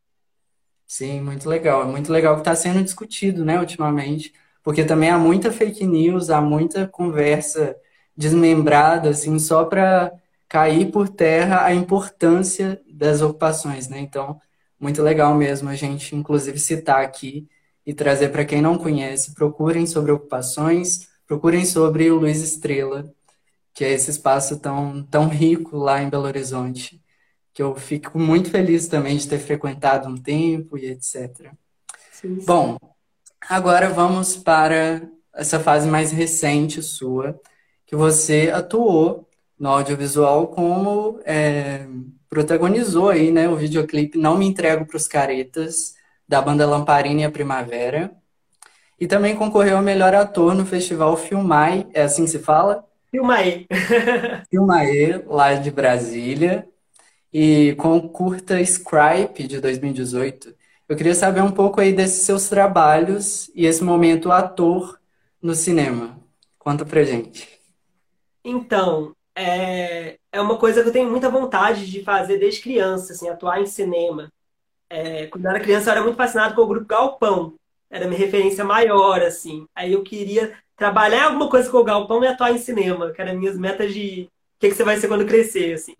Sim, muito legal. É muito legal que está sendo discutido, né, ultimamente, porque também há muita fake news, há muita conversa desmembrada, assim, só para cair por terra a importância das ocupações, né? Então, muito legal mesmo a gente, inclusive, citar aqui e trazer para quem não conhece, procurem sobre ocupações, procurem sobre o Luiz Estrela, que é esse espaço tão rico lá em Belo Horizonte, que eu fico muito feliz também de ter frequentado um tempo e etc. Sim, sim. Bom, agora vamos para essa fase mais recente sua, que você atuou no audiovisual como protagonizou aí, né, o videoclipe Não Me Entrego para os Caretas, da banda Lamparina e a Primavera, e também concorreu ao melhor ator no festival Filmai, é assim que se fala? Filma aí. Filmae, lá de Brasília. E com o curta Scripe de 2018. Eu queria saber um pouco aí desses seus trabalhos e esse momento ator no cinema. Conta pra gente. Então, é uma coisa que eu tenho muita vontade de fazer desde criança, assim, atuar em cinema. Quando eu era criança, eu era muito fascinado com o grupo Galpão. Era minha referência maior, assim. Aí eu queria trabalhar em alguma coisa com o Galpão e atuar em cinema, que eram minhas metas de o que que você vai ser quando crescer, assim.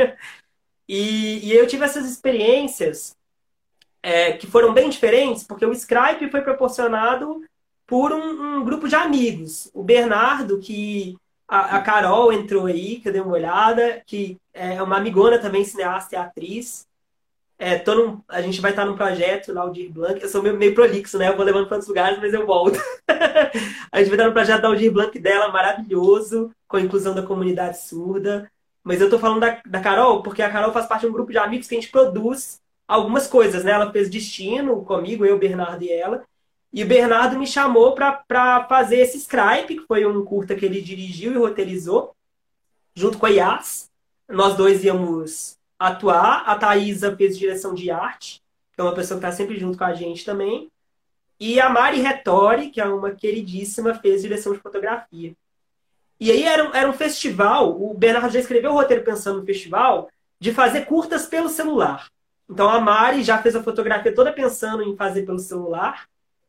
E eu tive essas experiências que foram bem diferentes, porque o Skype foi proporcionado por um grupo de amigos. O Bernardo, que a Carol entrou aí, que eu dei uma olhada, que é uma amigona também, cineasta e atriz. A gente vai estar num projeto lá, o Aldir Blanc. Eu sou meio prolixo, né? Eu vou levando para outros lugares, mas eu volto. A gente vai estar no projeto da Aldir Blanc dela, maravilhoso, com a inclusão da comunidade surda. Mas eu tô falando da Carol, porque a Carol faz parte de um grupo de amigos que a gente produz algumas coisas, né? Ela fez Destino comigo, eu, Bernardo e ela. E o Bernardo me chamou para fazer esse Scribe, que foi um curta que ele dirigiu e roteirizou, junto com a Yas. Nós dois íamos atuar. A Thaisa fez direção de arte, que é uma pessoa que está sempre junto com a gente também. E a Mari Retori, que é uma queridíssima, fez direção de fotografia. E aí era um festival, o Bernardo já escreveu o roteiro pensando no festival, de fazer curtas pelo celular. Então a Mari já fez a fotografia toda pensando em fazer pelo celular.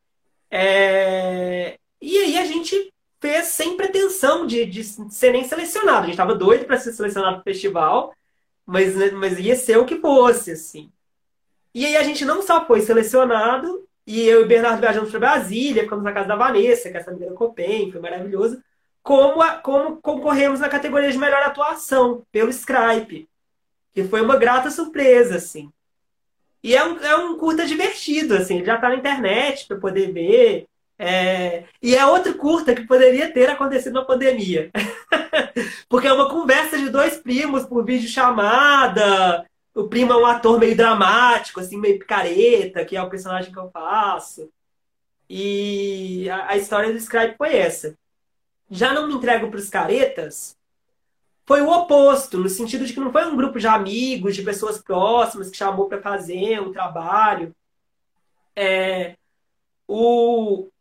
E aí a gente fez sem pretensão de ser nem selecionado. A gente estava doido para ser selecionado para o festival, mas ia ser o que fosse, assim. E aí a gente não só foi selecionado, e eu e o Bernardo viajamos para Brasília, ficamos na casa da Vanessa, que é essa menina Copen, foi maravilhoso, como concorremos na categoria de melhor atuação, pelo Scripe, que foi uma grata surpresa, assim. E é um curta divertido, assim, ele já tá na internet para poder ver. E é outro curta que poderia ter acontecido na pandemia. Porque é uma conversa de dois primos por videochamada. O primo é um ator meio dramático, assim, meio picareta, que é o personagem que eu faço. E a história do Skype foi essa. Já não me entrego para os caretas, foi o oposto, no sentido de que não foi um grupo de amigos, de pessoas próximas que chamou para fazer um trabalho. O,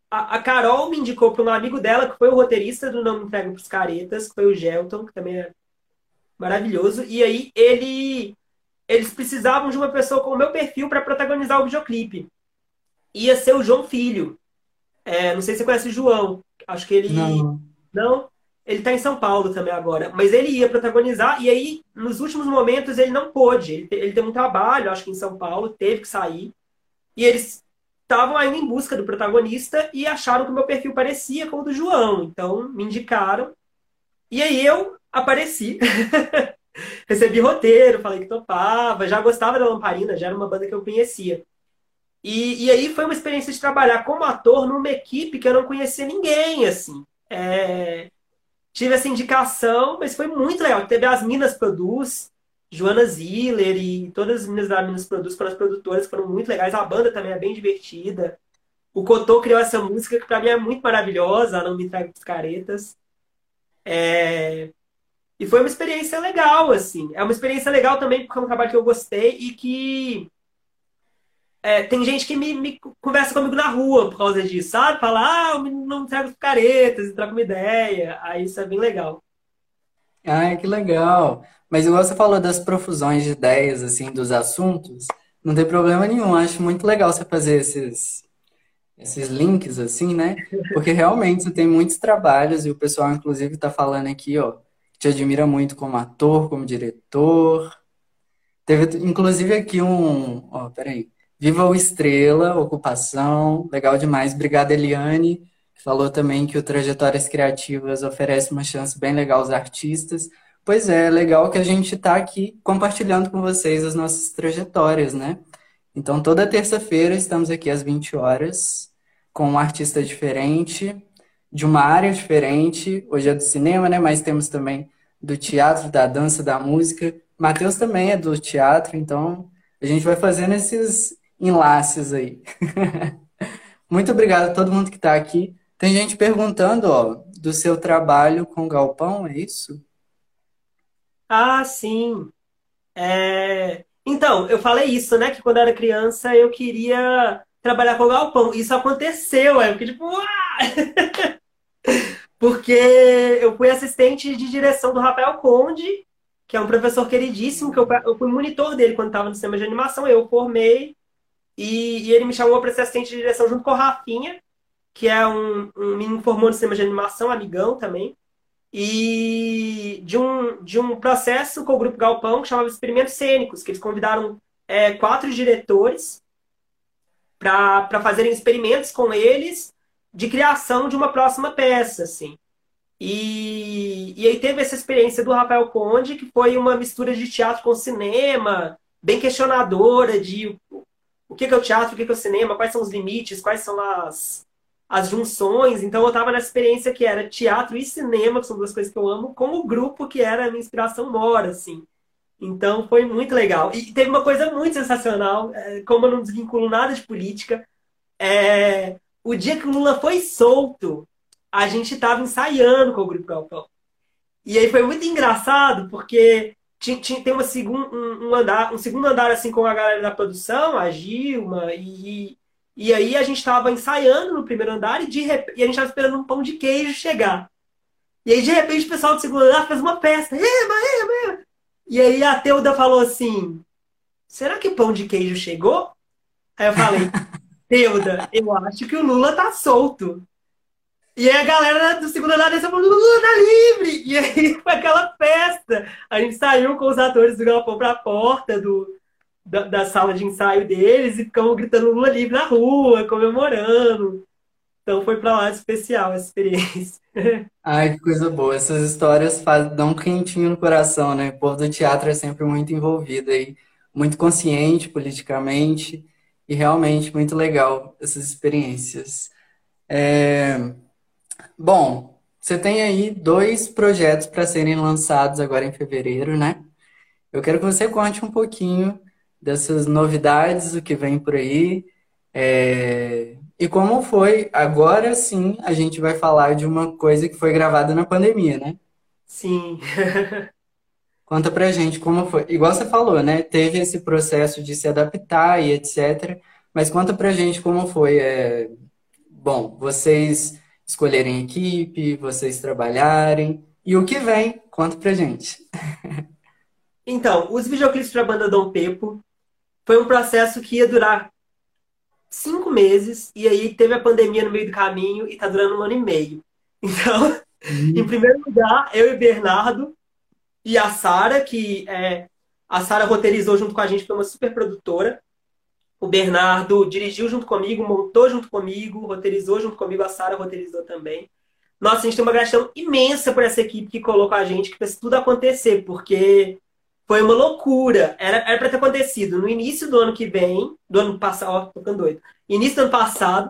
a Carol me indicou para um amigo dela, que foi o roteirista do Não Me Entregue para os Caretas, que foi o Gelton, que também é maravilhoso. E aí eles precisavam de uma pessoa com o meu perfil para protagonizar o videoclipe. Ia ser o João Filho. Não sei se você conhece o João. Acho que ele. Não. Não. Ele está em São Paulo também agora. Mas ele ia protagonizar, e aí, nos últimos momentos, ele não pôde. Ele teve um trabalho, acho que em São Paulo, teve que sair. E eles estavam ainda em busca do protagonista e acharam que o meu perfil parecia com o do João. Então, me indicaram. E aí eu apareci. Recebi roteiro, falei que topava. Já gostava da Lamparina, já era uma banda que eu conhecia. E aí foi uma experiência de trabalhar como ator numa equipe que eu não conhecia ninguém, assim. Tive essa indicação, mas foi muito legal. Teve as Minas Produz, Joana Ziller e todas as meninas da Minas Produz foram as produtoras, foram muito legais. A banda também é bem divertida. O Cotô criou essa música que pra mim é muito maravilhosa, Não Me Traga Os Caretas. E foi uma experiência legal, assim. É uma experiência legal também porque é um trabalho que eu gostei e que tem gente que me conversa comigo na rua por causa disso, sabe? Fala, eu não trago os caretas e troca uma ideia. Aí isso é bem legal. Ai, que legal. Mas igual você falou das profusões de ideias, assim, dos assuntos, não tem problema nenhum. Acho muito legal você fazer esses links, assim, né? Porque realmente você tem muitos trabalhos e o pessoal, inclusive, tá falando aqui, ó, que te admira muito como ator, como diretor. Teve, inclusive, aqui ó, peraí. Viva o Estrela, Ocupação, legal demais. Obrigado, Eliane. Falou também que o Trajetórias Criativas oferece uma chance bem legal aos artistas. Pois é, legal que a gente está aqui compartilhando com vocês as nossas trajetórias, né? Então, toda terça-feira estamos aqui às 20 horas com um artista diferente, de uma área diferente. Hoje é do cinema, né? Mas temos também do teatro, da dança, da música. Matheus também é do teatro, então a gente vai fazendo esses enlaces aí. Muito obrigado a todo mundo que está aqui. Tem gente perguntando, ó, do seu trabalho com galpão, é isso? Ah, sim. Então, eu falei isso, né? Que quando eu era criança eu queria trabalhar com galpão. Isso aconteceu, eu fiquei tipo, uau! Porque eu fui assistente de direção do Rafael Conde, que é um professor queridíssimo, que eu fui monitor dele quando estava no cinema de animação. Eu formei e ele me chamou para ser assistente de direção junto com o Rafinha, que é me formou no cinema de animação, amigão também. E de um processo com o Grupo Galpão que chamava Experimentos Cênicos, que eles convidaram 4 diretores para fazerem experimentos com eles de criação de uma próxima peça, assim. E aí teve essa experiência do Rafael Conde, que foi uma mistura de teatro com cinema, bem questionadora de o que é o teatro, o que é o cinema, quais são os limites, quais são as junções. Então eu estava nessa experiência que era teatro e cinema, que são duas coisas que eu amo, com o grupo que era a minha inspiração mora, assim. Então foi muito legal. E teve uma coisa muito sensacional, como eu não desvinculo nada de política, o dia que o Lula foi solto, a gente estava ensaiando com o Grupo Galpão. E aí foi muito engraçado, porque tem um segundo andar assim com a galera da produção, a Gilma, e aí a gente estava ensaiando no primeiro andar e a gente estava esperando um pão de queijo chegar. E aí, de repente, o pessoal do segundo andar fez uma festa. E aí a Teuda falou assim: será que o pão de queijo chegou? Aí eu falei, Teuda, eu acho que o Lula tá solto. E aí a galera do segundo andar falou, Lula tá livre! E aí foi aquela festa. A gente saiu com os atores do Galpão pra porta da sala de ensaio deles e ficamos gritando Lula livre na rua, comemorando. Então foi pra lá de especial essa experiência. Ai, que coisa boa. Essas histórias dão um quentinho no coração, né? O povo do teatro é sempre muito envolvido aí, muito consciente politicamente e realmente muito legal essas experiências. Bom, você tem aí 2 projetos para serem lançados agora em fevereiro, né? Eu quero que você conte um pouquinho dessas novidades, o que vem por aí, e como foi. Agora sim, a gente vai falar de uma coisa que foi gravada na pandemia, né? Sim. Conta pra gente como foi. Igual você falou, né? Teve esse processo de se adaptar e etc. Mas conta pra gente como foi, bom, vocês escolherem equipe, vocês trabalharem. E o que vem? Conta pra gente. Então, os videoclipes para a banda Dom Pepo foi um processo que ia durar 5 meses, e aí teve a pandemia no meio do caminho e tá durando 1 ano e meio. Então, em Hum. primeiro lugar, eu e Bernardo e a Sara, a Sara roteirizou junto com a gente, foi uma super produtora. O Bernardo dirigiu junto comigo, montou junto comigo, roteirizou junto comigo, a Sara roteirizou também. Nossa, a gente tem uma gratidão imensa por essa equipe que colocou a gente, que fez tudo acontecer, porque foi uma loucura. Era para ter acontecido no início do ano que vem, do ano passado, ó, tô ficando doido. Início do ano passado.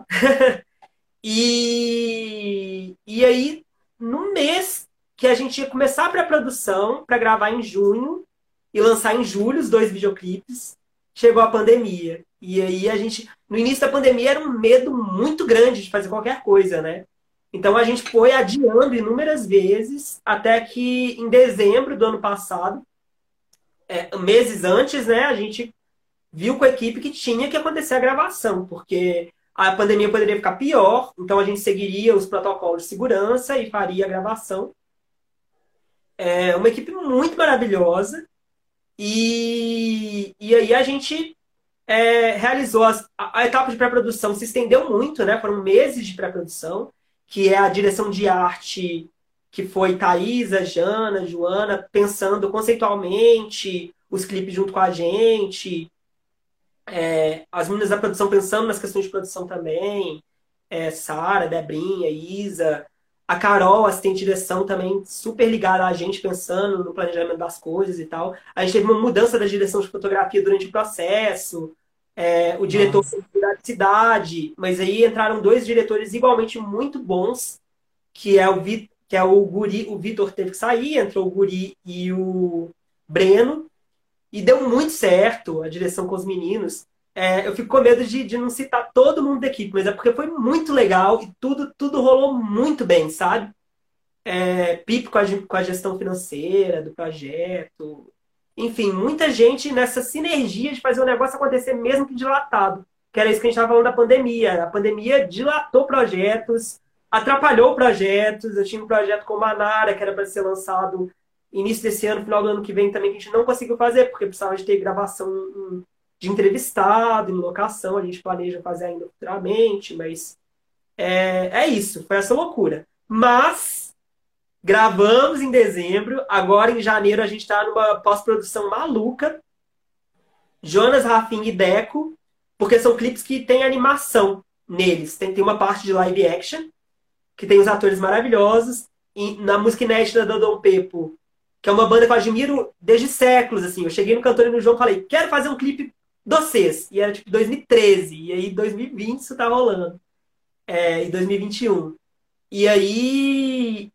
E aí, no mês que a gente ia começar a pré-produção para gravar em junho e lançar em julho os 2 videoclipes, chegou a pandemia. E aí a gente, no início da pandemia, era um medo muito grande de fazer qualquer coisa, né? Então a gente foi adiando inúmeras vezes até que em dezembro do ano passado, meses antes, né, a gente viu com a equipe que tinha que acontecer a gravação, porque a pandemia poderia ficar pior, então a gente seguiria os protocolos de segurança e faria a gravação. É uma equipe muito maravilhosa, e aí a gente realizou a etapa de pré-produção, se estendeu muito, né? Foram meses de pré-produção, que é a direção de arte que foi Thaisa, Jana, Joana, pensando conceitualmente os clipes junto com a gente, as meninas da produção pensando nas questões de produção também, Sara, Debrinha, Isa, a Carol, assistente de direção, também super ligada a gente, pensando no planejamento das coisas e tal. A gente teve uma mudança da direção de fotografia durante o processo, o diretor Nossa. foi da cidade, mas aí entraram 2 diretores igualmente muito bons, que é o Guri, o Vitor teve que sair, entrou o Guri e o Breno, e deu muito certo a direção com os meninos. Eu fico com medo de não citar todo mundo da equipe, mas é porque foi muito legal e tudo rolou muito bem, sabe? Pipe com a gestão financeira do projeto. Enfim, muita gente nessa sinergia de fazer o negócio acontecer mesmo que dilatado. Que era isso que a gente estava falando da pandemia. A pandemia dilatou projetos, atrapalhou projetos. Eu tinha um projeto com o Manara, que era para ser lançado início desse ano, final do ano que vem também, que a gente não conseguiu fazer, porque precisava de ter gravação de entrevistado, em locação. A gente planeja fazer ainda futuramente, mas é isso. Foi essa loucura. Mas gravamos em dezembro, agora em janeiro a gente está numa pós-produção maluca. Jonas, Rafinha e Deco, porque são clipes que tem animação neles. Tem uma parte de live action, que tem os atores maravilhosos. E na música inédita da Dom Pepo, que é uma banda que eu admiro desde séculos, assim. Eu cheguei no cantor e no João e falei, quero fazer um clipe de vocês. E era tipo 2013. E aí 2020 isso tá rolando. E 2021. E aí,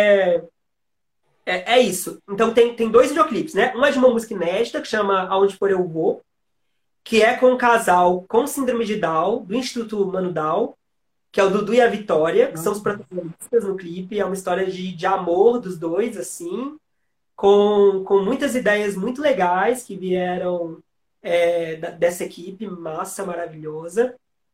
é isso. Então tem 2 videoclipes, né? Um é de uma música inédita, que chama Aonde For Eu Vou, que é com um casal com síndrome de Down, do Instituto Mano Down, que é o Dudu e a Vitória, que são os protagonistas no clipe. É uma história de amor dos dois, assim, com muitas ideias muito legais que vieram dessa equipe, massa, maravilhosa.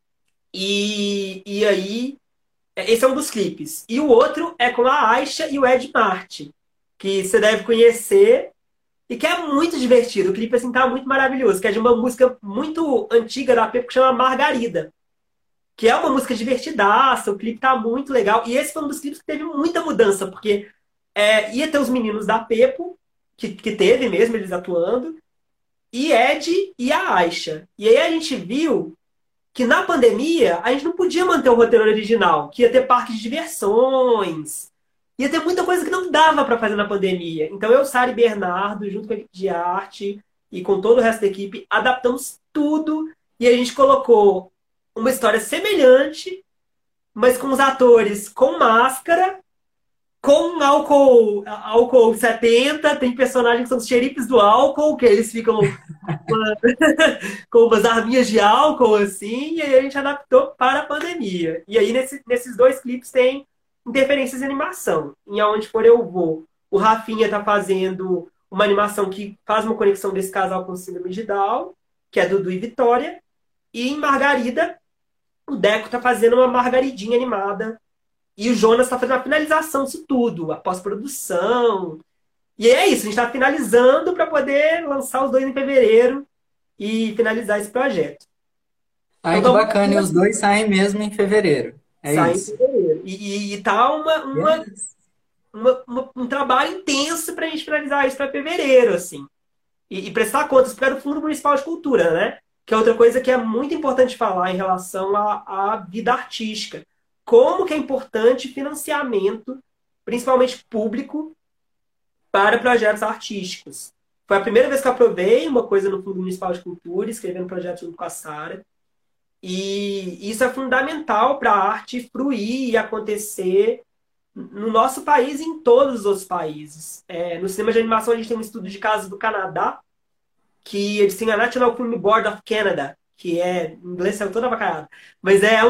E aí, esse é um dos clipes. E o outro é com a Aisha e o Ed Marti, que você deve conhecer e que é muito divertido. O clipe, assim, tá muito maravilhoso, que é de uma música muito antiga da Pepo que chama Margarida, que é uma música divertidaça, o clipe tá muito legal. E esse foi um dos clipes que teve muita mudança, porque ia ter os meninos da Pepo, que teve mesmo eles atuando, e Ed e a Aisha. E aí a gente viu que na pandemia a gente não podia manter o roteiro original, que ia ter parque de diversões, ia ter muita coisa que não dava para fazer na pandemia. Então eu, Sara e Bernardo, junto com a equipe de arte e com todo o resto da equipe, adaptamos tudo e a gente colocou uma história semelhante, mas com os atores com máscara, com álcool 70, tem personagens que são os xerifes do álcool, que eles ficam com umas arminhas de álcool, assim, e aí a gente adaptou para a pandemia. E aí, nesses 2 clipes tem interferências de animação. Em Aonde For Eu Vou, o Rafinha tá fazendo uma animação que faz uma conexão desse casal com síndrome de Down, que é Dudu e Vitória. E em Margarida, o Deco tá fazendo uma margaridinha animada e o Jonas tá fazendo a finalização disso tudo, a pós-produção. E é isso, a gente tá finalizando para poder lançar os dois em fevereiro e finalizar esse projeto. Então, Ai, que bacana. E os dois saem mesmo em fevereiro. É sai em isso. fevereiro. E tá Yes. um trabalho intenso para a gente finalizar isso para fevereiro, assim. E prestar contas, porque era o Fundo Municipal de Cultura, né? Que é outra coisa que é muito importante falar em relação à vida artística. Como que é importante financiamento, principalmente público, para projetos artísticos. Foi a primeira vez que eu aprovei uma coisa no Fundo Municipal de Cultura, escrevendo um projeto junto com a Sara. E isso é fundamental para a arte fruir e acontecer no nosso país e em todos os outros países. No cinema de animação, a gente tem um estudo de casos do Canadá, que eles têm a National Film Board of Canada, que em inglês é toda avacalhada, mas é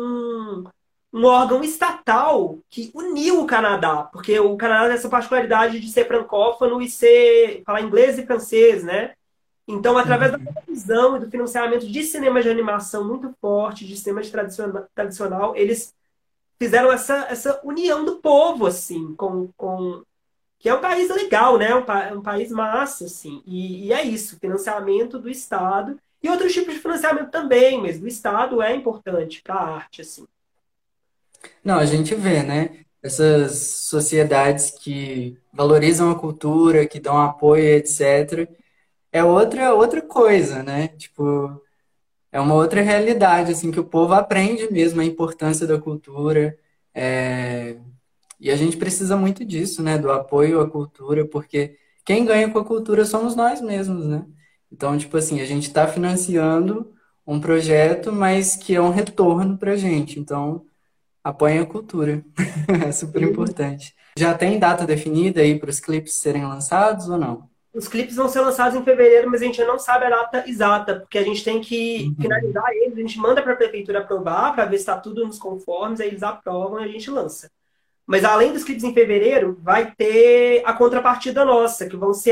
um órgão estatal que uniu o Canadá, porque o Canadá tem essa particularidade de ser francófono e falar inglês e francês, né? Então, através da Uhum. televisão e do financiamento de cinema de animação muito forte, de cinema de tradicional, eles fizeram essa união do povo, assim, que é um país legal, né? Um país massa, assim. E é isso, financiamento do Estado e outros tipos de financiamento também, mas do Estado é importante para a arte, assim. Não, a gente vê, né? Essas sociedades que valorizam a cultura, que dão apoio, etc. É outra coisa, né? Tipo, é uma outra realidade, assim, que o povo aprende mesmo a importância da cultura. É, E a gente precisa muito disso, né? Do apoio à cultura, porque quem ganha com a cultura somos nós mesmos, né? Então, tipo assim, a gente está financiando um projeto, mas que é um retorno pra gente. Então, apoiem a cultura. É super importante. Já tem data definida aí para os clipes serem lançados ou não? Os clipes vão ser lançados em fevereiro, mas a gente não sabe a data exata, porque a gente tem que Uhum. finalizar eles, a gente manda para a prefeitura aprovar, para ver se está tudo nos conformes, aí eles aprovam e a gente lança. Mas além dos clipes em fevereiro, vai ter a contrapartida nossa, que vão ser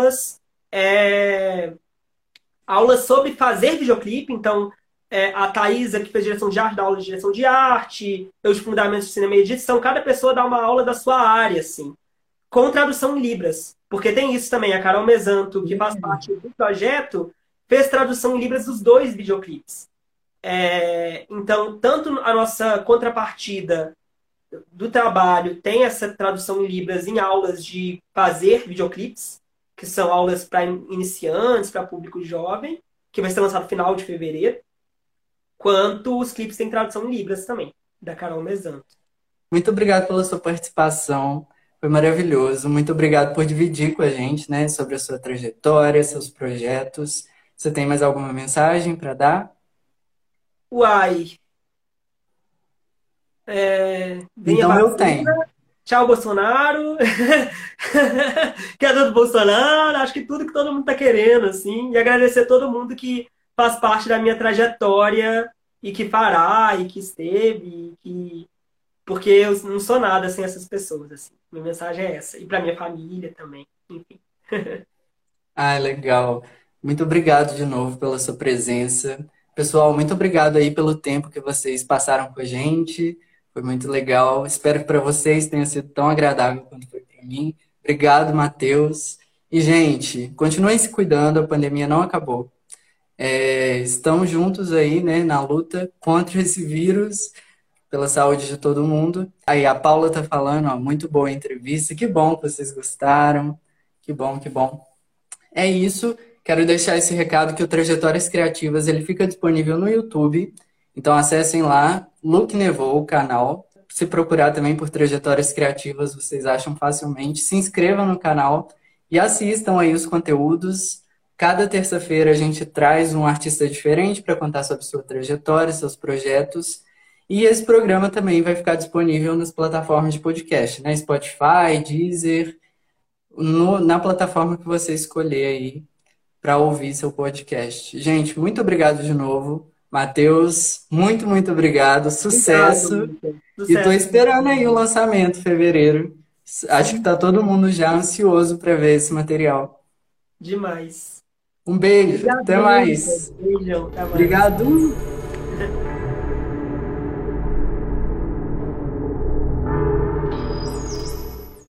é, aulas sobre fazer videoclipe. Então, a Thaisa, que fez direção de arte, dá aula de direção de arte, eu de fundamentos de cinema e edição, cada pessoa dá uma aula da sua área, assim, com tradução em Libras. Porque tem isso também, a Carol Mesanto, que faz parte do projeto, fez tradução em Libras dos dois videoclipes. Então, tanto a nossa contrapartida do trabalho tem essa tradução em Libras em aulas de fazer videoclipes, que são aulas para iniciantes, para público jovem, que vai ser lançado no final de fevereiro, quanto os clipes têm tradução em Libras também, da Carol Mesanto. Muito obrigado pela sua participação. Foi maravilhoso. Muito obrigado por dividir com a gente, né, sobre a sua trajetória, seus projetos. Você tem mais alguma mensagem para dar? Uai, vem a Então eu vacina, tenho. tchau Bolsonaro, queda do Bolsonaro, acho que tudo que todo mundo está querendo, assim, e agradecer a todo mundo que faz parte da minha trajetória e que fará, e que esteve, porque eu não sou nada sem essas pessoas, assim. Minha mensagem é essa. E para minha família também, enfim. Ah, legal. Muito obrigado de novo pela sua presença. Pessoal, muito obrigado aí pelo tempo que vocês passaram com a gente. Foi muito legal. Espero que para vocês tenha sido tão agradável quanto foi para mim. Obrigado, Matheus. E, gente, continuem se cuidando, a pandemia não acabou. Estamos juntos aí, né, na luta contra esse vírus, pela saúde de todo mundo. Aí a Paula tá falando, ó, muito boa a entrevista. Que bom que vocês gostaram. Que bom, que bom. É isso. Quero deixar esse recado que o Trajetórias Criativas ele fica disponível no YouTube. Então acessem lá, Luke Nevou, o canal. Se procurar também por Trajetórias Criativas, vocês acham facilmente. Se inscrevam no canal e assistam aí os conteúdos. Cada terça-feira a gente traz um artista diferente para contar sobre sua trajetória, seus projetos. E esse programa também vai ficar disponível nas plataformas de podcast, né? Spotify, Deezer, na plataforma que você escolher aí para ouvir seu podcast. Gente, muito obrigado de novo. Matheus, muito, muito obrigado. Obrigado, Sucesso. Lucas. E tô Sucesso. esperando aí o lançamento em fevereiro. Acho que Sim, tá todo mundo já ansioso para ver esse material. demais. Um beijo, até Obrigadão, Lucas. mais. Beijão, até mais. Obrigado.